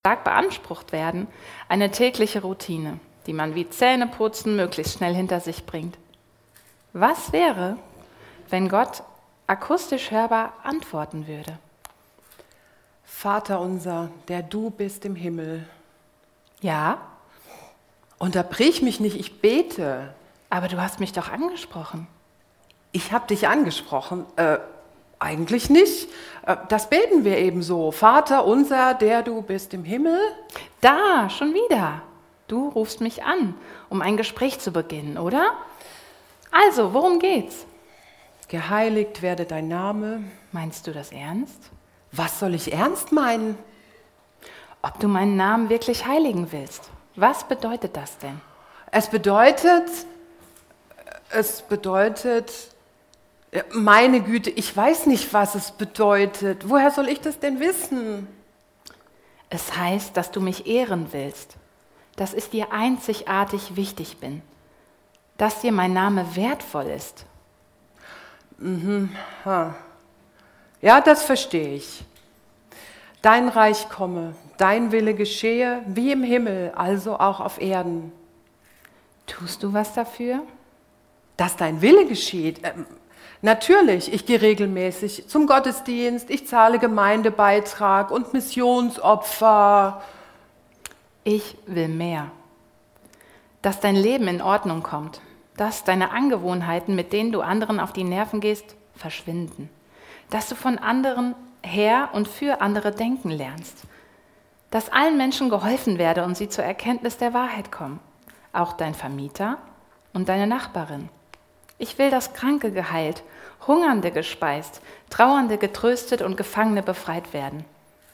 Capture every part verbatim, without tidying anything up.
stark beansprucht werden, eine tägliche Routine, die man wie Zähneputzen möglichst schnell hinter sich bringt. Was wäre, wenn Gott akustisch hörbar antworten würde? Vater unser, der du bist im Himmel. Ja, Unterbrich mich nicht, ich bete. aber du hast mich doch angesprochen. Ich habe dich angesprochen. Äh, eigentlich nicht. Äh, das beten wir eben so. Vater unser, der du bist im Himmel. Da, schon wieder. Du rufst mich an, um ein Gespräch zu beginnen, oder? Also, worum geht's? Geheiligt werde dein Name. Meinst du das ernst? Was soll ich ernst meinen? Ob du meinen Namen wirklich heiligen willst? Was bedeutet das denn? Es bedeutet, es bedeutet, meine Güte, ich weiß nicht, was es bedeutet. Woher soll ich das denn wissen? Es heißt, dass du mich ehren willst, dass ich dir einzigartig wichtig bin, dass dir mein Name wertvoll ist. Mhm. Ha. Ja, das verstehe ich. Dein Reich komme, dein Wille geschehe, wie im Himmel, also auch auf Erden. Tust du was dafür? Dass dein Wille geschieht? Ähm, natürlich, ich gehe regelmäßig zum Gottesdienst, ich zahle Gemeindebeitrag und Missionsopfer. Ich will mehr. Dass dein Leben in Ordnung kommt, dass deine Angewohnheiten, mit denen du anderen auf die Nerven gehst, verschwinden. Dass du von anderen her und für andere denken lernst. Dass allen Menschen geholfen werde und sie zur Erkenntnis der Wahrheit kommen. Auch dein Vermieter und deine Nachbarin. Ich will, dass Kranke geheilt, Hungernde gespeist, Trauernde getröstet und Gefangene befreit werden.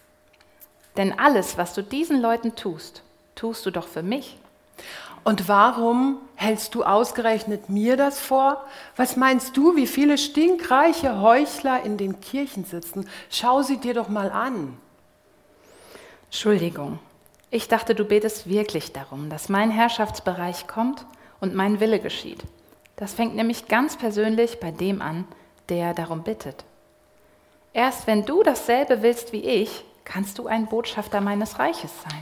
Denn alles, was du diesen Leuten tust, tust du doch für mich. Und warum hältst du ausgerechnet mir das vor? Was meinst du, wie viele stinkreiche Heuchler in den Kirchen sitzen? Schau sie dir doch mal an. Entschuldigung, ich dachte, du betest wirklich darum, dass mein Herrschaftsbereich kommt und mein Wille geschieht. Das fängt nämlich ganz persönlich bei dem an, der darum bittet. Erst wenn du dasselbe willst wie ich, kannst du ein Botschafter meines Reiches sein.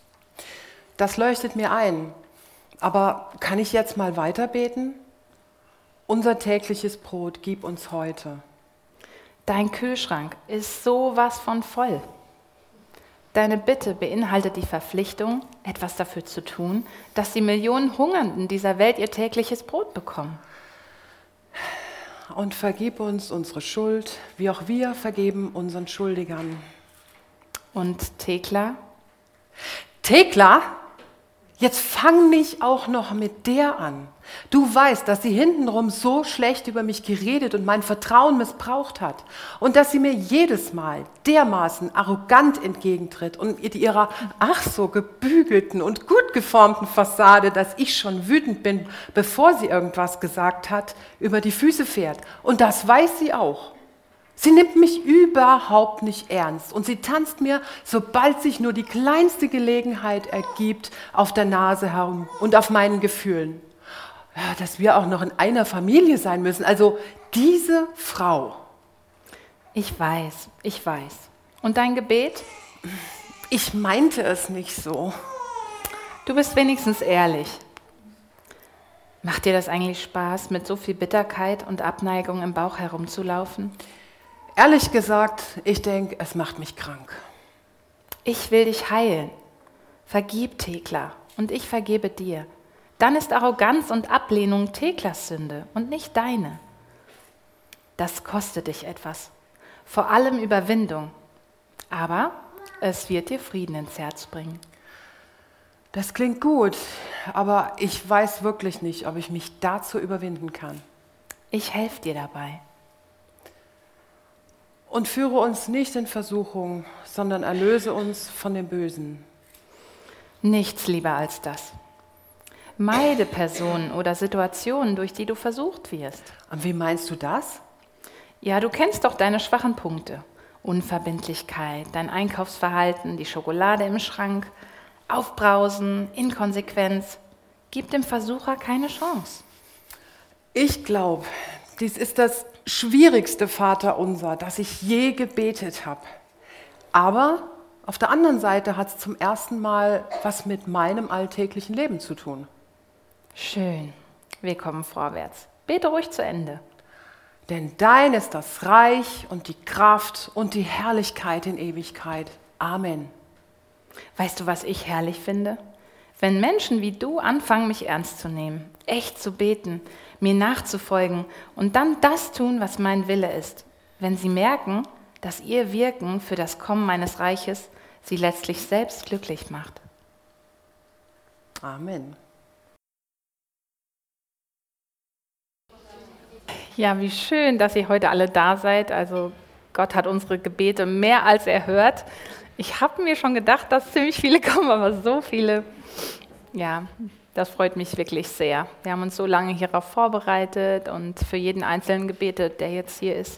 Das leuchtet mir ein. Aber kann ich jetzt mal weiter beten? Unser tägliches Brot gib uns heute. Dein Kühlschrank ist sowas von voll. Deine Bitte beinhaltet die Verpflichtung, etwas dafür zu tun, dass die Millionen Hungernden dieser Welt ihr tägliches Brot bekommen. Und vergib uns unsere Schuld, wie auch wir vergeben unseren Schuldigern. Und Thekla? Thekla? Jetzt fang nicht auch noch mit der an. Du weißt, dass sie hintenrum so schlecht über mich geredet und mein Vertrauen missbraucht hat. Und dass sie mir jedes Mal dermaßen arrogant entgegentritt und mit ihrer ach so gebügelten und gut geformten Fassade, dass ich schon wütend bin, bevor sie irgendwas gesagt hat, über die Füße fährt. Und das weiß sie auch. Sie nimmt mich überhaupt nicht ernst und sie tanzt mir, sobald sich nur die kleinste Gelegenheit ergibt, auf der Nase herum und auf meinen Gefühlen. Ja, dass wir auch noch in einer Familie sein müssen. Also diese Frau. Ich weiß, ich weiß. Und dein Gebet? Ich meinte es nicht so. Du bist wenigstens ehrlich. Macht dir das eigentlich Spaß, mit so viel Bitterkeit und Abneigung im Bauch herumzulaufen? Ehrlich gesagt, ich denke, es macht mich krank. Ich will dich heilen. Vergib Thekla und ich vergebe dir. Dann ist Arroganz und Ablehnung Theklas Sünde und nicht deine. Das kostet dich etwas, vor allem Überwindung. Aber es wird dir Frieden ins Herz bringen. Das klingt gut, aber ich weiß wirklich nicht, ob ich mich dazu überwinden kann. Ich helfe dir dabei. Und führe uns nicht in Versuchung, sondern erlöse uns von dem Bösen. Nichts lieber als das. Meide Personen oder Situationen, durch die du versucht wirst. Und wie meinst du das? Ja, du kennst doch deine schwachen Punkte. Unverbindlichkeit, dein Einkaufsverhalten, die Schokolade im Schrank, Aufbrausen, Inkonsequenz. Gib dem Versucher keine Chance. Ich glaube, dies ist das schwierigste Vaterunser, das ich je gebetet habe. Aber Auf der anderen Seite hat es zum ersten Mal was mit meinem alltäglichen Leben zu tun. Schön. Wir kommen vorwärts. Bete ruhig zu Ende. Denn dein ist das Reich und die Kraft und die Herrlichkeit in Ewigkeit. Amen. Weißt du, was ich herrlich finde? Wenn Menschen wie du anfangen, mich ernst zu nehmen, echt zu beten, mir nachzufolgen und dann das tun, was mein Wille ist. Wenn sie merken, dass ihr Wirken für das Kommen meines Reiches sie letztlich selbst glücklich macht. Amen. Ja, wie schön, dass ihr heute alle da seid. Also Gott hat unsere Gebete mehr als erhört. Ich habe mir schon gedacht, dass ziemlich viele kommen, aber so viele, ja, das freut mich wirklich sehr. Wir haben uns so lange hierauf vorbereitet und für jeden Einzelnen gebetet, der jetzt hier ist.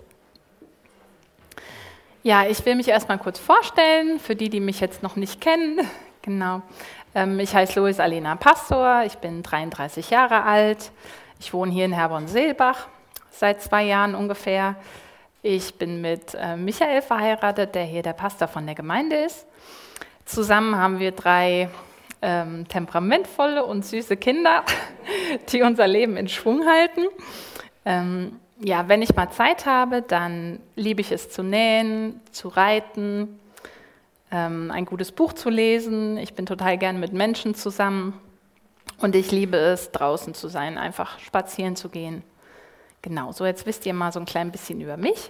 Ja, ich will mich erstmal kurz vorstellen, für die, die mich jetzt noch nicht kennen. Genau. Ich heiße Lois Alena Pastor, ich bin dreiunddreißig Jahre alt. Ich wohne hier in Herborn-Seelbach seit zwei Jahren ungefähr. Ich bin mit Michael verheiratet, der hier der Pastor von der Gemeinde ist. Zusammen haben wir drei ähm, temperamentvolle und süße Kinder, die unser Leben in Schwung halten. Ähm, ja, wenn ich mal Zeit habe, dann liebe ich es zu nähen, zu reiten, ähm, ein gutes Buch zu lesen. Ich bin total gern mit Menschen zusammen und ich liebe es, draußen zu sein, einfach spazieren zu gehen. Genau, so jetzt wisst ihr mal so ein klein bisschen über mich.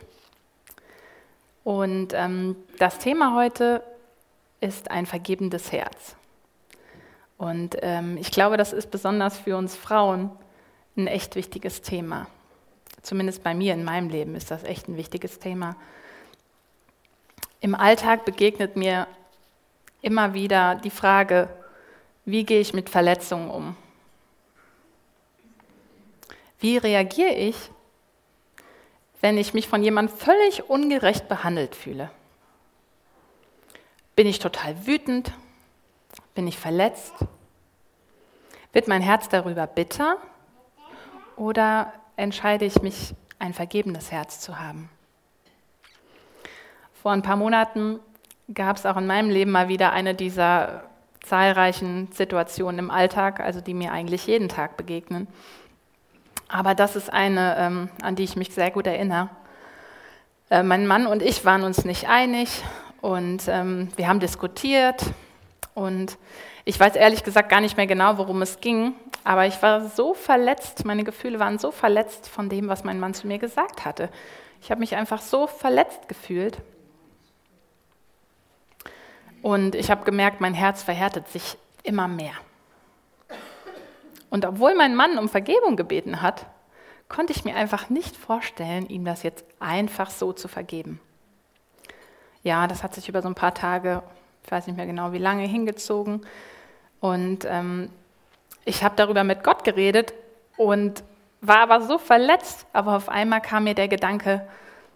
Und ähm, das Thema heute ist ein vergebendes Herz. Und ähm, ich glaube, das ist besonders für uns Frauen ein echt wichtiges Thema. Zumindest bei mir in meinem Leben ist das echt ein wichtiges Thema. Im Alltag begegnet mir immer wieder die Frage, wie gehe ich mit Verletzungen um? Wie reagiere ich, wenn ich mich von jemandem völlig ungerecht behandelt fühle? Bin ich total wütend? Bin ich verletzt? Wird mein Herz darüber bitter? Oder entscheide ich mich, ein vergebenes Herz zu haben? Vor ein paar Monaten gab es auch in meinem Leben mal wieder eine dieser zahlreichen Situationen im Alltag, also die mir eigentlich jeden Tag begegnen. Aber das ist eine, ähm, an die ich mich sehr gut erinnere. Äh, mein Mann und ich waren uns nicht einig und ähm, wir haben diskutiert und ich weiß ehrlich gesagt gar nicht mehr genau, worum es ging, aber ich war so verletzt, meine Gefühle waren so verletzt von dem, was mein Mann zu mir gesagt hatte. Ich habe mich einfach so verletzt gefühlt und ich habe gemerkt, mein Herz verhärtet sich immer mehr. Und obwohl mein Mann um Vergebung gebeten hat, konnte ich mir einfach nicht vorstellen, ihm das jetzt einfach so zu vergeben. Ja, das hat sich über so ein paar Tage, ich weiß nicht mehr genau wie lange, hingezogen. Und ähm, ich habe darüber mit Gott geredet und war aber so verletzt. Aber auf einmal kam mir der Gedanke,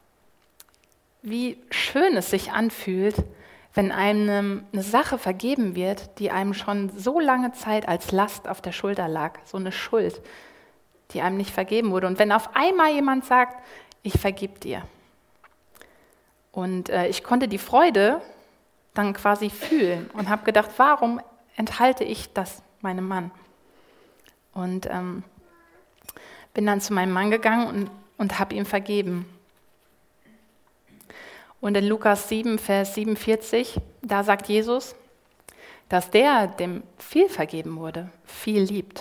wie schön es sich anfühlt, wenn einem eine Sache vergeben wird, die einem schon so lange Zeit als Last auf der Schulter lag, so eine Schuld, die einem nicht vergeben wurde. Und wenn auf einmal jemand sagt, ich vergib dir. Und äh, ich konnte die Freude dann quasi fühlen und habe gedacht, warum enthalte ich das meinem Mann? Und ähm, bin dann zu meinem Mann gegangen und, und habe ihm vergeben. Und in Lukas sieben, Vers siebenundvierzig, da sagt Jesus, dass der, dem viel vergeben wurde, viel liebt.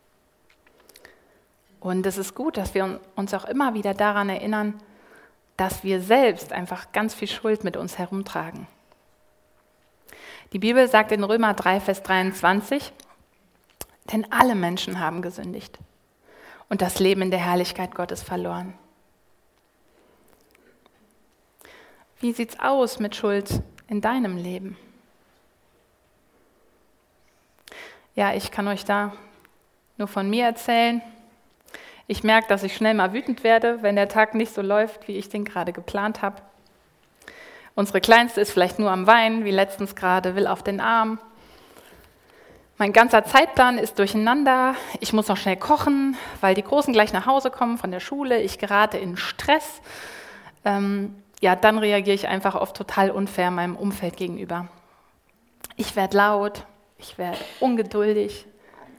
Und es ist gut, dass wir uns auch immer wieder daran erinnern, dass wir selbst einfach ganz viel Schuld mit uns herumtragen. Die Bibel sagt in Römer drei, Vers dreiundzwanzig, denn alle Menschen haben gesündigt und das Leben in der Herrlichkeit Gottes verloren. Wie sieht's aus mit Schuld in deinem Leben? Ja, ich kann euch da nur von mir erzählen. Ich merke, dass ich schnell mal wütend werde, wenn der Tag nicht so läuft, wie ich den gerade geplant habe. Unsere Kleinste ist vielleicht nur am Weinen, wie letztens gerade, will auf den Arm. Mein ganzer Zeitplan ist durcheinander. Ich muss noch schnell kochen, weil die Großen gleich nach Hause kommen von der Schule. Ich gerate in Stress. Ähm, ja, dann reagiere ich einfach oft total unfair meinem Umfeld gegenüber. Ich werde laut, ich werde ungeduldig.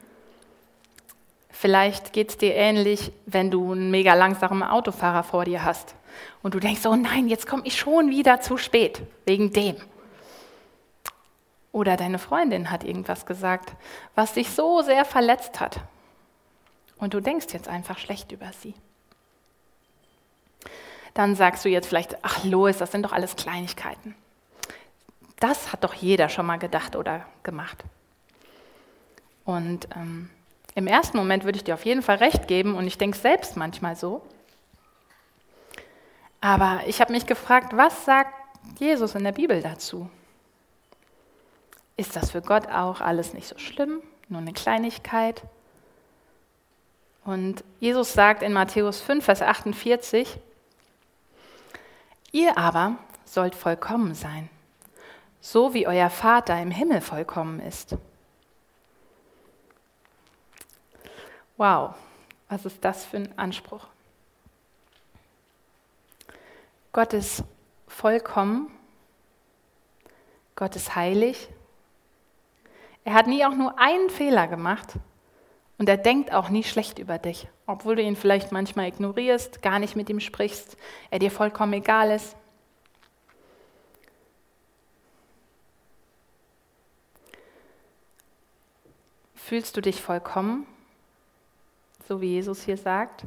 Vielleicht geht es dir ähnlich, wenn du einen mega langsamen Autofahrer vor dir hast und du denkst, oh nein, jetzt komme ich schon wieder zu spät, wegen dem. Oder deine Freundin hat irgendwas gesagt, was dich so sehr verletzt hat und du denkst jetzt einfach schlecht über sie. Dann sagst du jetzt vielleicht, ach Lois, das sind doch alles Kleinigkeiten. Das hat doch jeder schon mal gedacht oder gemacht. Und ähm, im ersten Moment würde ich dir auf jeden Fall recht geben und ich denke selbst manchmal so. Aber ich habe mich gefragt, was sagt Jesus in der Bibel dazu? Ist das für Gott auch alles nicht so schlimm, nur eine Kleinigkeit? Und Jesus sagt in Matthäus fünf, Vers achtundvierzig, ihr aber sollt vollkommen sein, so wie euer Vater im Himmel vollkommen ist. Wow, was ist das für ein Anspruch? Gott ist vollkommen, Gott ist heilig. Er hat nie auch nur einen Fehler gemacht und er denkt auch nie schlecht über dich, obwohl du ihn vielleicht manchmal ignorierst, gar nicht mit ihm sprichst, er dir vollkommen egal ist. Fühlst du dich vollkommen? So wie Jesus hier sagt.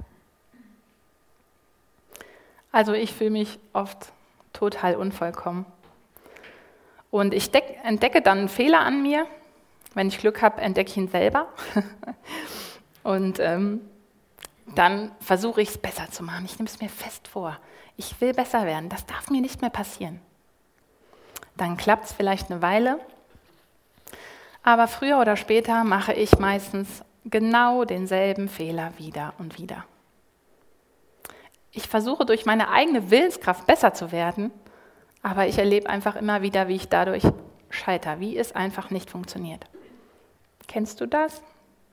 Also ich fühle mich oft total unvollkommen. Und ich deck, entdecke dann einen Fehler an mir. Wenn ich Glück habe, entdecke ich ihn selber. Und ähm, dann versuche ich es besser zu machen. Ich nehme es mir fest vor. Ich will besser werden. Das darf mir nicht mehr passieren. Dann klappt es vielleicht eine Weile. Aber früher oder später mache ich meistens genau denselben Fehler wieder und wieder. Ich versuche durch meine eigene Willenskraft besser zu werden, aber ich erlebe einfach immer wieder, wie ich dadurch scheitere, wie es einfach nicht funktioniert. Kennst du das?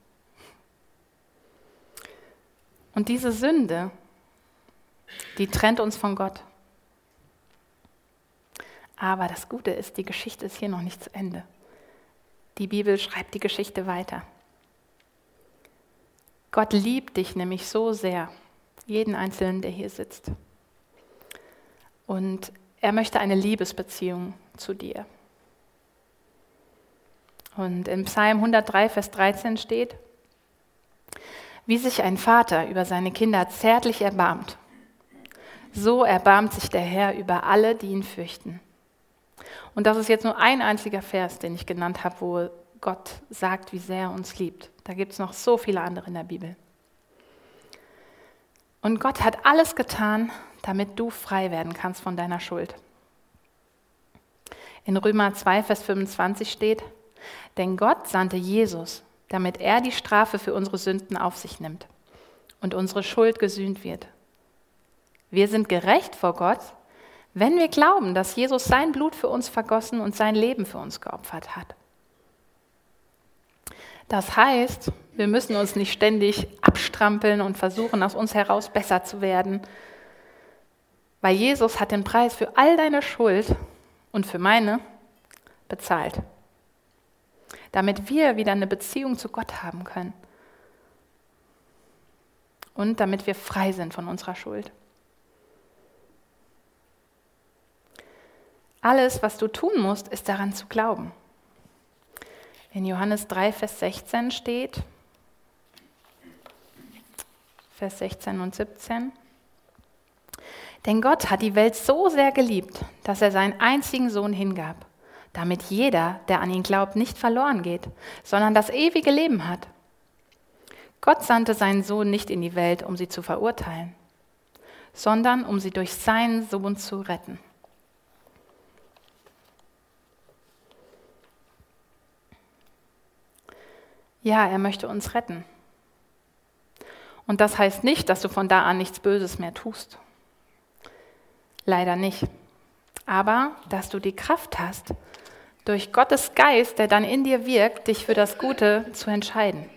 Und diese Sünde, die trennt uns von Gott. Aber das Gute ist, die Geschichte ist hier noch nicht zu Ende. Die Bibel schreibt die Geschichte weiter. Gott liebt dich nämlich so sehr, jeden Einzelnen, der hier sitzt. Und er möchte eine Liebesbeziehung zu dir. Und in Psalm hundertdrei, Vers dreizehn steht, wie sich ein Vater über seine Kinder zärtlich erbarmt, so erbarmt sich der Herr über alle, die ihn fürchten. Und das ist jetzt nur ein einziger Vers, den ich genannt habe, wo Gott sagt, wie sehr er uns liebt. Da gibt es noch so viele andere in der Bibel. Und Gott hat alles getan, damit du frei werden kannst von deiner Schuld. In Römer zwei, Vers fünfundzwanzig steht, denn Gott sandte Jesus, damit er die Strafe für unsere Sünden auf sich nimmt und unsere Schuld gesühnt wird. Wir sind gerecht vor Gott, wenn wir glauben, dass Jesus sein Blut für uns vergossen und sein Leben für uns geopfert hat. Das heißt, wir müssen uns nicht ständig abstrampeln und versuchen, aus uns heraus besser zu werden, weil Jesus hat den Preis für all deine Schuld und für meine bezahlt, damit wir wieder eine Beziehung zu Gott haben können und damit wir frei sind von unserer Schuld. Alles, was du tun musst, ist daran zu glauben. In Johannes drei, Vers sechzehn steht, Vers sechzehn und siebzehn, denn Gott hat die Welt so sehr geliebt, dass er seinen einzigen Sohn hingab, damit jeder, der an ihn glaubt, nicht verloren geht, sondern das ewige Leben hat. Gott sandte seinen Sohn nicht in die Welt, um sie zu verurteilen, sondern um sie durch seinen Sohn zu retten. Ja, er möchte uns retten. Und das heißt nicht, dass du von da an nichts Böses mehr tust. Leider nicht. Aber, dass du die Kraft hast, durch Gottes Geist, der dann in dir wirkt, dich für das Gute zu entscheiden.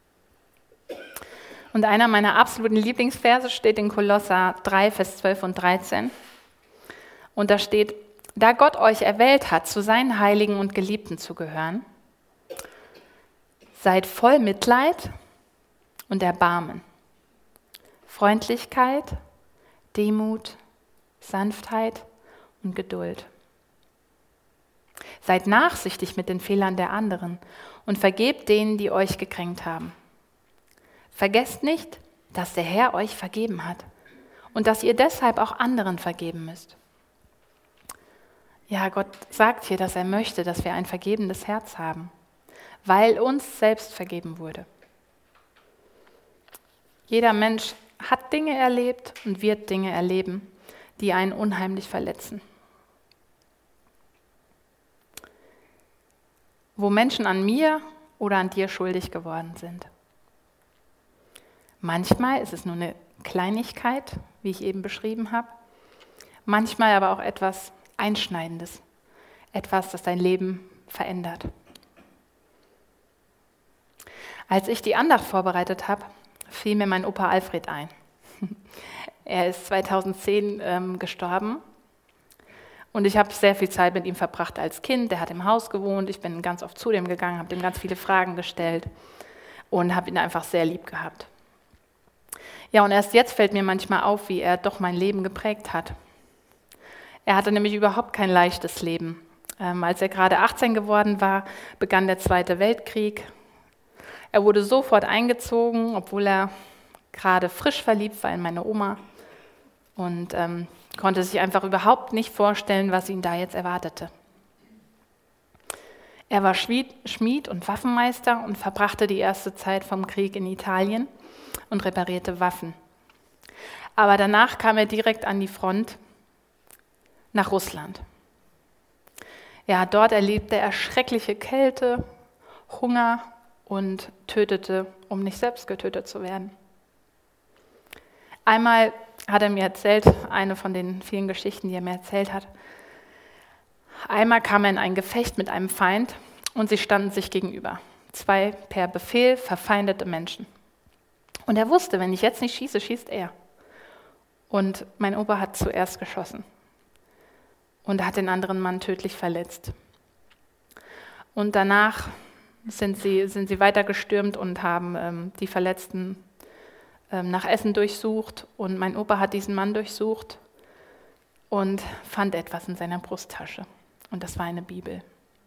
Und einer meiner absoluten Lieblingsverse steht in Kolosser drei, Vers zwölf und dreizehn. Und da steht, da Gott euch erwählt hat, zu seinen Heiligen und Geliebten zu gehören, seid voll Mitleid und Erbarmen, Freundlichkeit, Demut, Sanftheit und Geduld. Seid nachsichtig mit den Fehlern der anderen und vergebt denen, die euch gekränkt haben. Vergesst nicht, dass der Herr euch vergeben hat und dass ihr deshalb auch anderen vergeben müsst. Ja, Gott sagt hier, dass er möchte, dass wir ein vergebendes Herz haben, weil uns selbst vergeben wurde. Jeder Mensch hat Dinge erlebt und wird Dinge erleben, die einen unheimlich verletzen. Wo Menschen an mir oder an dir schuldig geworden sind. Manchmal ist es nur eine Kleinigkeit, wie ich eben beschrieben habe. Manchmal aber auch etwas Einschneidendes. Etwas, das dein Leben verändert. Als ich die Andacht vorbereitet habe, fiel mir mein Opa Alfred ein. Er ist zweitausendzehn ähm, gestorben. Und ich habe sehr viel Zeit mit ihm verbracht als Kind. Der hat im Haus gewohnt. Ich bin ganz oft zu dem gegangen, habe ihm ganz viele Fragen gestellt und habe ihn einfach sehr lieb gehabt. Ja, und erst jetzt fällt mir manchmal auf, wie er doch mein Leben geprägt hat. Er hatte nämlich überhaupt kein leichtes Leben. Ähm, als er gerade achtzehn geworden war, begann der Zweite Weltkrieg. Er wurde sofort eingezogen, obwohl er gerade frisch verliebt war in meine Oma und ähm, konnte sich einfach überhaupt nicht vorstellen, was ihn da jetzt erwartete. Er war Schmied, Schmied und Waffenmeister und verbrachte die erste Zeit vom Krieg in Italien und reparierte Waffen. Aber danach kam er direkt an die Front nach Russland. Ja, dort erlebte er schreckliche Kälte, Hunger und tötete, um nicht selbst getötet zu werden. Einmal hat er mir erzählt, eine von den vielen Geschichten, die er mir erzählt hat. Einmal kam er in ein Gefecht mit einem Feind und sie standen sich gegenüber. Zwei per Befehl verfeindete Menschen. Und er wusste, wenn ich jetzt nicht schieße, schießt er. Und mein Opa hat zuerst geschossen und hat den anderen Mann tödlich verletzt. Und danach sind sie, sind sie weitergestürmt und haben ähm, die Verletzten ähm, nach Essen durchsucht. Und mein Opa hat diesen Mann durchsucht und fand etwas in seiner Brusttasche. Und das war eine Bibel.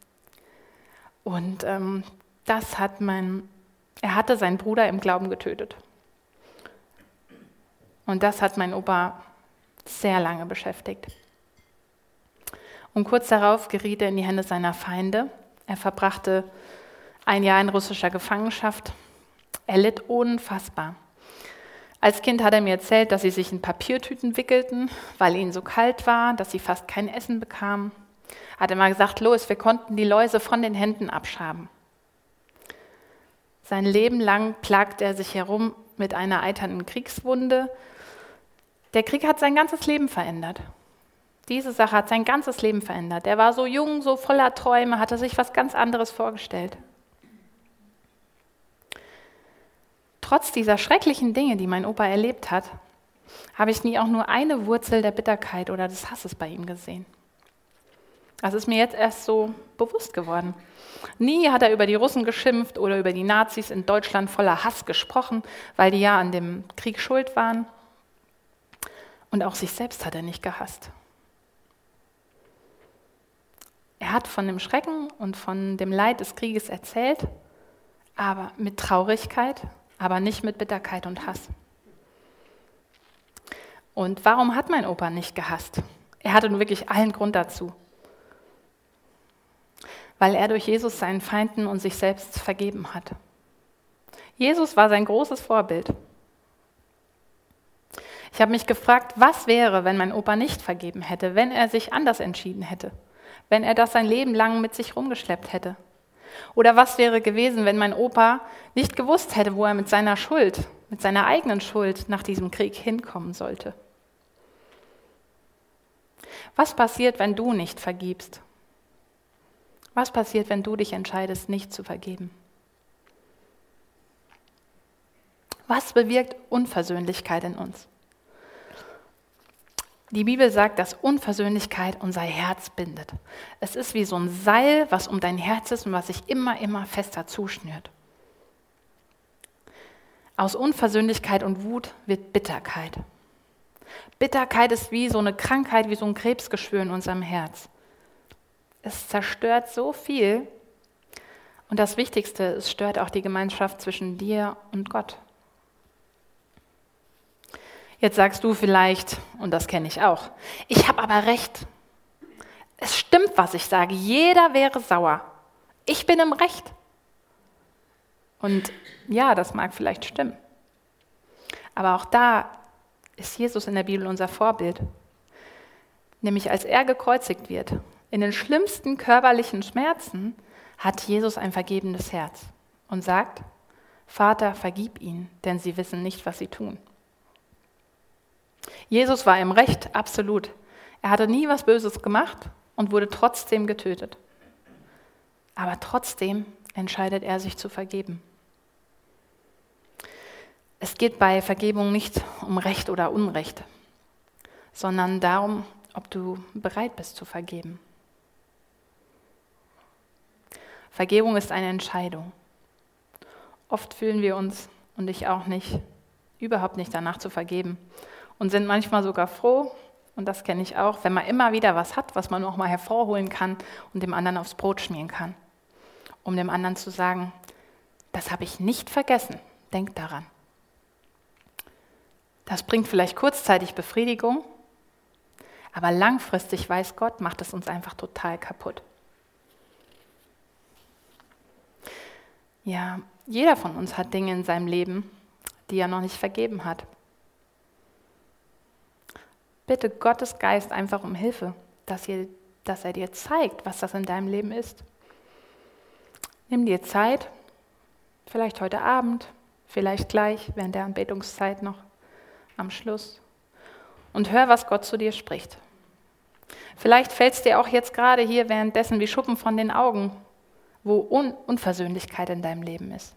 Und ähm, das hat mein, er hatte seinen Bruder im Glauben getötet. Und das hat mein Opa sehr lange beschäftigt. Und kurz darauf geriet er in die Hände seiner Feinde. Er verbrachte ein Jahr in russischer Gefangenschaft. Er litt unfassbar. Als Kind hat er mir erzählt, dass sie sich in Papiertüten wickelten, weil ihnen so kalt war, dass sie fast kein Essen bekamen. Hat immer gesagt, los, wir konnten die Läuse von den Händen abschaben. Sein Leben lang plagte er sich herum mit einer eiternen Kriegswunde. Der Krieg hat sein ganzes Leben verändert. Diese Sache hat sein ganzes Leben verändert. Er war so jung, so voller Träume, hatte sich was ganz anderes vorgestellt. Trotz dieser schrecklichen Dinge, die mein Opa erlebt hat, habe ich nie auch nur eine Wurzel der Bitterkeit oder des Hasses bei ihm gesehen. Das ist mir jetzt erst so bewusst geworden. Nie hat er über die Russen geschimpft oder über die Nazis in Deutschland voller Hass gesprochen, weil die ja an dem Krieg schuld waren. Und auch sich selbst hat er nicht gehasst. Er hat von dem Schrecken und von dem Leid des Krieges erzählt, aber mit Traurigkeit, aber nicht mit Bitterkeit und Hass. Und warum hat mein Opa nicht gehasst? Er hatte nun wirklich allen Grund dazu. Weil er durch Jesus seinen Feinden und sich selbst vergeben hat. Jesus war sein großes Vorbild. Ich habe mich gefragt, was wäre, wenn mein Opa nicht vergeben hätte, wenn er sich anders entschieden hätte, wenn er das sein Leben lang mit sich rumgeschleppt hätte. Oder was wäre gewesen, wenn mein Opa nicht gewusst hätte, wo er mit seiner Schuld, mit seiner eigenen Schuld nach diesem Krieg hinkommen sollte. Was passiert, wenn du nicht vergibst? Was passiert, wenn du dich entscheidest, nicht zu vergeben? Was bewirkt Unversöhnlichkeit in uns? Die Bibel sagt, dass Unversöhnlichkeit unser Herz bindet. Es ist wie so ein Seil, was um dein Herz ist und was sich immer, immer fester zuschnürt. Aus Unversöhnlichkeit und Wut wird Bitterkeit. Bitterkeit ist wie so eine Krankheit, wie so ein Krebsgeschwür in unserem Herz. Es zerstört so viel und das Wichtigste, es stört auch die Gemeinschaft zwischen dir und Gott. Jetzt sagst du vielleicht, und das kenne ich auch, ich habe aber recht. Es stimmt, was ich sage. Jeder wäre sauer. Ich bin im Recht. Und ja, das mag vielleicht stimmen. Aber auch da ist Jesus in der Bibel unser Vorbild. Nämlich als er gekreuzigt wird, in den schlimmsten körperlichen Schmerzen, hat Jesus ein vergebendes Herz und sagt, Vater, vergib ihnen, denn sie wissen nicht, was sie tun. Jesus war im Recht, absolut. Er hatte nie was Böses gemacht und wurde trotzdem getötet. Aber trotzdem entscheidet er sich zu vergeben. Es geht bei Vergebung nicht um Recht oder Unrecht, sondern darum, ob du bereit bist zu vergeben. Vergebung ist eine Entscheidung. Oft fühlen wir uns, und ich auch nicht, überhaupt nicht danach zu vergeben und sind manchmal sogar froh, und das kenne ich auch, wenn man immer wieder was hat, was man noch mal hervorholen kann und dem anderen aufs Brot schmieren kann, um dem anderen zu sagen, das habe ich nicht vergessen, denk daran. Das bringt vielleicht kurzzeitig Befriedigung, aber langfristig, weiß Gott, macht es uns einfach total kaputt. Ja, jeder von uns hat Dinge in seinem Leben, die er noch nicht vergeben hat. Bitte Gottes Geist einfach um Hilfe, dass, ihr, dass er dir zeigt, was das in deinem Leben ist. Nimm dir Zeit, vielleicht heute Abend, vielleicht gleich während der Anbetungszeit noch am Schluss und hör, was Gott zu dir spricht. Vielleicht fällt es dir auch jetzt gerade hier währenddessen wie Schuppen von den Augen, wo Un- Unversöhnlichkeit in deinem Leben ist.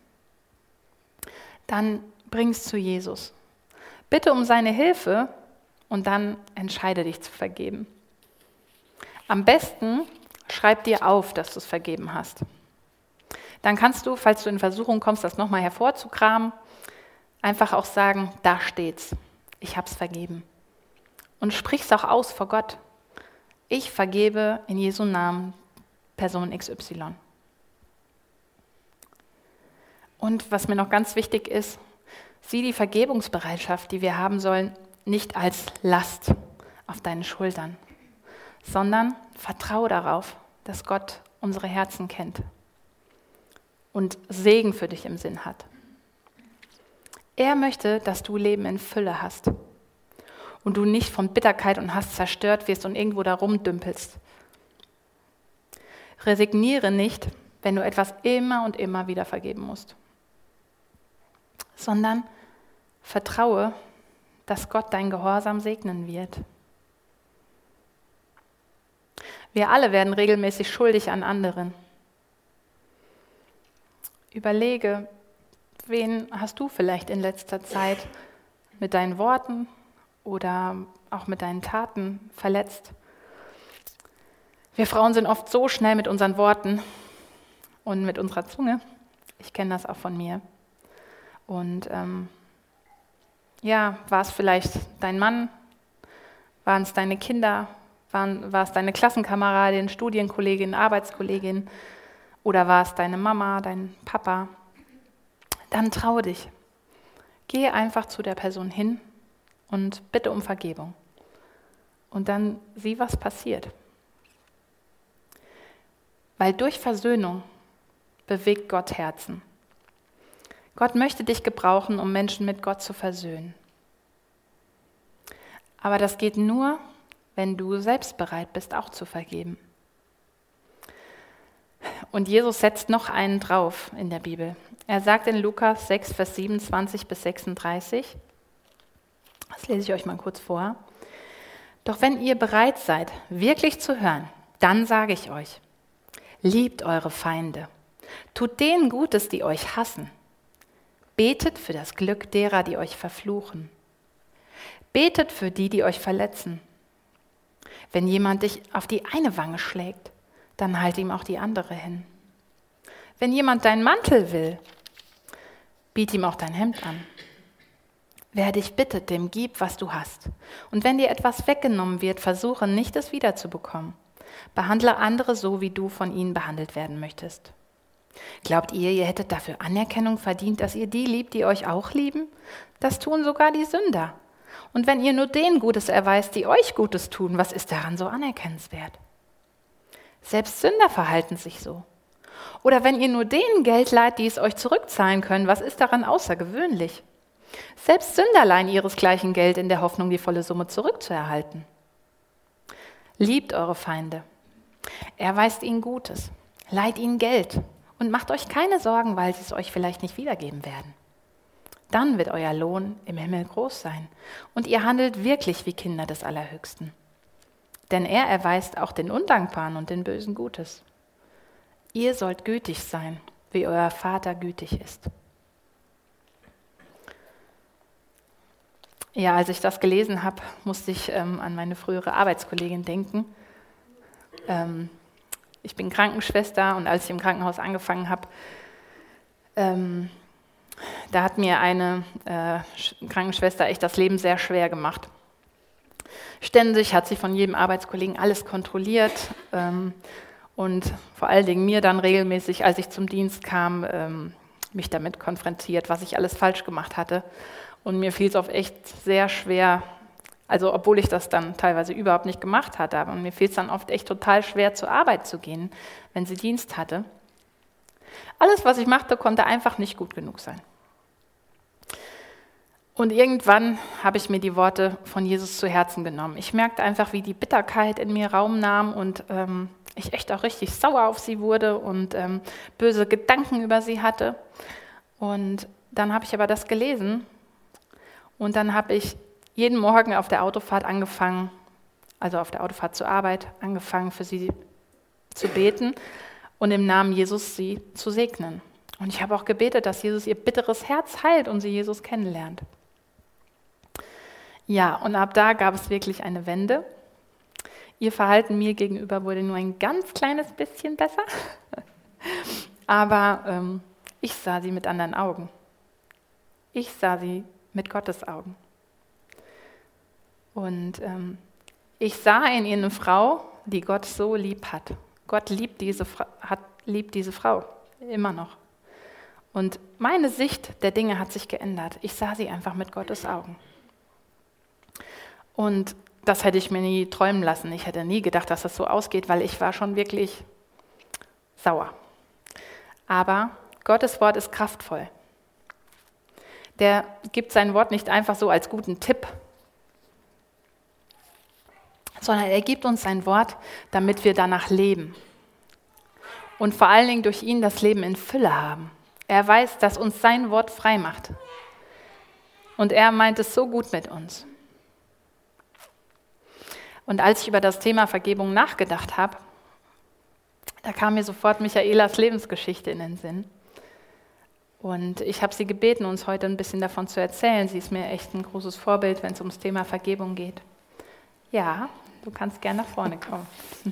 Dann bring es zu Jesus. Bitte um seine Hilfe und dann entscheide dich zu vergeben. Am besten schreib dir auf, dass du es vergeben hast. Dann kannst du, falls du in Versuchung kommst, das nochmal hervorzukramen, einfach auch sagen, da steht's, ich habe es vergeben. Und sprich es auch aus vor Gott. Ich vergebe in Jesu Namen Person X Y. Und was mir noch ganz wichtig ist, sieh die Vergebungsbereitschaft, die wir haben sollen, nicht als Last auf deinen Schultern, sondern vertraue darauf, dass Gott unsere Herzen kennt und Segen für dich im Sinn hat. Er möchte, dass du Leben in Fülle hast und du nicht von Bitterkeit und Hass zerstört wirst und irgendwo da rumdümpelst. Resigniere nicht, wenn du etwas immer und immer wieder vergeben musst, sondern vertraue, dass Gott dein Gehorsam segnen wird. Wir alle werden regelmäßig schuldig an anderen. Überlege, wen hast du vielleicht in letzter Zeit mit deinen Worten oder auch mit deinen Taten verletzt? Wir Frauen sind oft so schnell mit unseren Worten und mit unserer Zunge. Ich kenne das auch von mir. Und ähm, ja, war es vielleicht dein Mann? Waren es deine Kinder? Waren, war es deine Klassenkameradin, Studienkollegin, Arbeitskollegin? Oder war es deine Mama, dein Papa? Dann traue dich. Gehe einfach zu der Person hin und bitte um Vergebung. Und dann sieh, was passiert. Weil durch Versöhnung bewegt Gott Herzen. Gott möchte dich gebrauchen, um Menschen mit Gott zu versöhnen. Aber das geht nur, wenn du selbst bereit bist, auch zu vergeben. Und Jesus setzt noch einen drauf in der Bibel. Er sagt in Lukas sechs, Vers siebenundzwanzig bis sechsunddreißig, das lese ich euch mal kurz vor. Doch wenn ihr bereit seid, wirklich zu hören, dann sage ich euch, liebt eure Feinde, tut denen Gutes, die euch hassen. Betet für das Glück derer, die euch verfluchen. Betet für die, die euch verletzen. Wenn jemand dich auf die eine Wange schlägt, dann halt ihm auch die andere hin. Wenn jemand deinen Mantel will, biet ihm auch dein Hemd an. Wer dich bittet, dem gib, was du hast. Und wenn dir etwas weggenommen wird, versuche nicht, es wiederzubekommen. Behandle andere so, wie du von ihnen behandelt werden möchtest. Glaubt ihr, ihr hättet dafür Anerkennung verdient, dass ihr die liebt, die euch auch lieben? Das tun sogar die Sünder. Und wenn ihr nur denen Gutes erweist, die euch Gutes tun, was ist daran so anerkennenswert? Selbst Sünder verhalten sich so. Oder wenn ihr nur denen Geld leiht, die es euch zurückzahlen können, was ist daran außergewöhnlich? Selbst Sünder leihen ihresgleichen Geld in der Hoffnung, die volle Summe zurückzuerhalten. Liebt eure Feinde. Erweist ihnen Gutes. Leiht ihnen Geld. Und macht euch keine Sorgen, weil sie es euch vielleicht nicht wiedergeben werden. Dann wird euer Lohn im Himmel groß sein. Und ihr handelt wirklich wie Kinder des Allerhöchsten. Denn er erweist auch den Undankbaren und den Bösen Gutes. Ihr sollt gütig sein, wie euer Vater gütig ist. Ja, als ich das gelesen habe, musste ich ähm, an meine frühere Arbeitskollegin denken. Ähm, ich bin Krankenschwester und als ich im Krankenhaus angefangen habe, ähm, da hat mir eine äh, Krankenschwester echt das Leben sehr schwer gemacht. Ständig hat sie von jedem Arbeitskollegen alles kontrolliert ähm, und vor allen Dingen mir dann regelmäßig, als ich zum Dienst kam, ähm, mich damit konfrontiert, was ich alles falsch gemacht hatte. Und mir fiel es oft echt sehr schwer, also obwohl ich das dann teilweise überhaupt nicht gemacht hatte, aber mir fiel es dann oft echt total schwer, zur Arbeit zu gehen, wenn sie Dienst hatte. Alles, was ich machte, konnte einfach nicht gut genug sein. Und irgendwann habe ich mir die Worte von Jesus zu Herzen genommen. Ich merkte einfach, wie die Bitterkeit in mir Raum nahm und ähm, ich echt auch richtig sauer auf sie wurde und ähm, böse Gedanken über sie hatte. Und dann habe ich aber das gelesen und dann habe ich jeden Morgen auf der Autofahrt angefangen, also auf der Autofahrt zur Arbeit, angefangen für sie zu beten und im Namen Jesus sie zu segnen. Und ich habe auch gebetet, dass Jesus ihr bitteres Herz heilt und sie Jesus kennenlernt. Ja, und ab da gab es wirklich eine Wende. Ihr Verhalten mir gegenüber wurde nur ein ganz kleines bisschen besser, aber ähm, ich sah sie mit anderen Augen. Ich sah sie mit Gottes Augen. Und ähm, ich sah in ihr eine Frau, die Gott so lieb hat. Gott liebt diese, hat, liebt diese Frau, immer noch. Und meine Sicht der Dinge hat sich geändert. Ich sah sie einfach mit Gottes Augen. Und das hätte ich mir nie träumen lassen. Ich hätte nie gedacht, dass das so ausgeht, weil ich war schon wirklich sauer. Aber Gottes Wort ist kraftvoll. Der gibt sein Wort nicht einfach so als guten Tipp, sondern er gibt uns sein Wort, damit wir danach leben. Und vor allen Dingen durch ihn das Leben in Fülle haben. Er weiß, dass uns sein Wort frei macht. Und er meint es so gut mit uns. Und als ich über das Thema Vergebung nachgedacht habe, da kam mir sofort Michaelas Lebensgeschichte in den Sinn. Und ich habe sie gebeten, uns heute ein bisschen davon zu erzählen. Sie ist mir echt ein großes Vorbild, wenn es ums Thema Vergebung geht. Ja, du kannst gerne nach vorne kommen.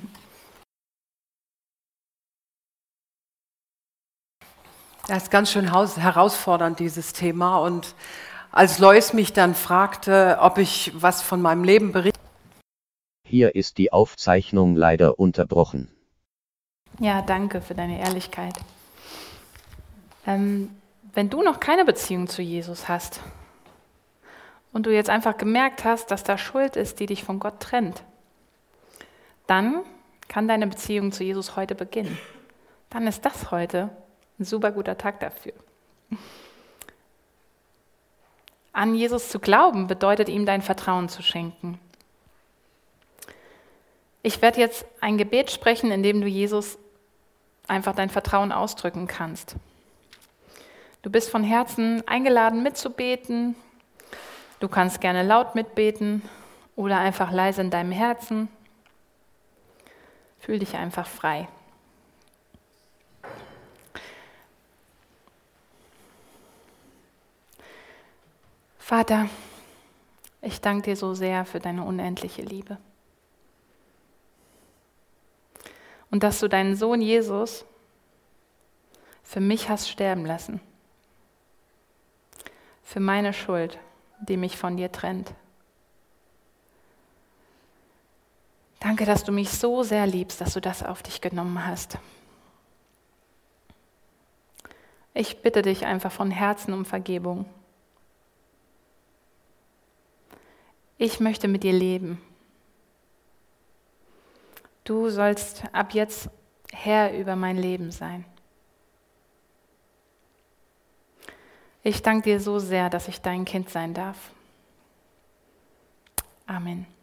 Das ist ganz schön herausfordernd, dieses Thema. Und als Lois mich dann fragte, ob ich was von meinem Leben berichte. Hier ist die Aufzeichnung leider unterbrochen. Ja, danke für deine Ehrlichkeit. Ähm, wenn du noch keine Beziehung zu Jesus hast und du jetzt einfach gemerkt hast, dass da Schuld ist, die dich von Gott trennt, dann kann deine Beziehung zu Jesus heute beginnen. Dann ist das heute ein super guter Tag dafür. An Jesus zu glauben bedeutet ihm dein Vertrauen zu schenken. Ich werde jetzt ein Gebet sprechen, in dem du Jesus einfach dein Vertrauen ausdrücken kannst. Du bist von Herzen eingeladen mitzubeten. Du kannst gerne laut mitbeten oder einfach leise in deinem Herzen. Fühl dich einfach frei. Vater, ich danke dir so sehr für deine unendliche Liebe. und dass du deinen Sohn Jesus für mich hast sterben lassen. Für meine Schuld, die mich von dir trennt. Danke, dass du mich so sehr liebst, dass du das auf dich genommen hast. Ich bitte dich einfach von Herzen um Vergebung. Ich möchte mit dir leben. Du sollst ab jetzt Herr über mein Leben sein. Ich danke dir so sehr, dass ich dein Kind sein darf. Amen.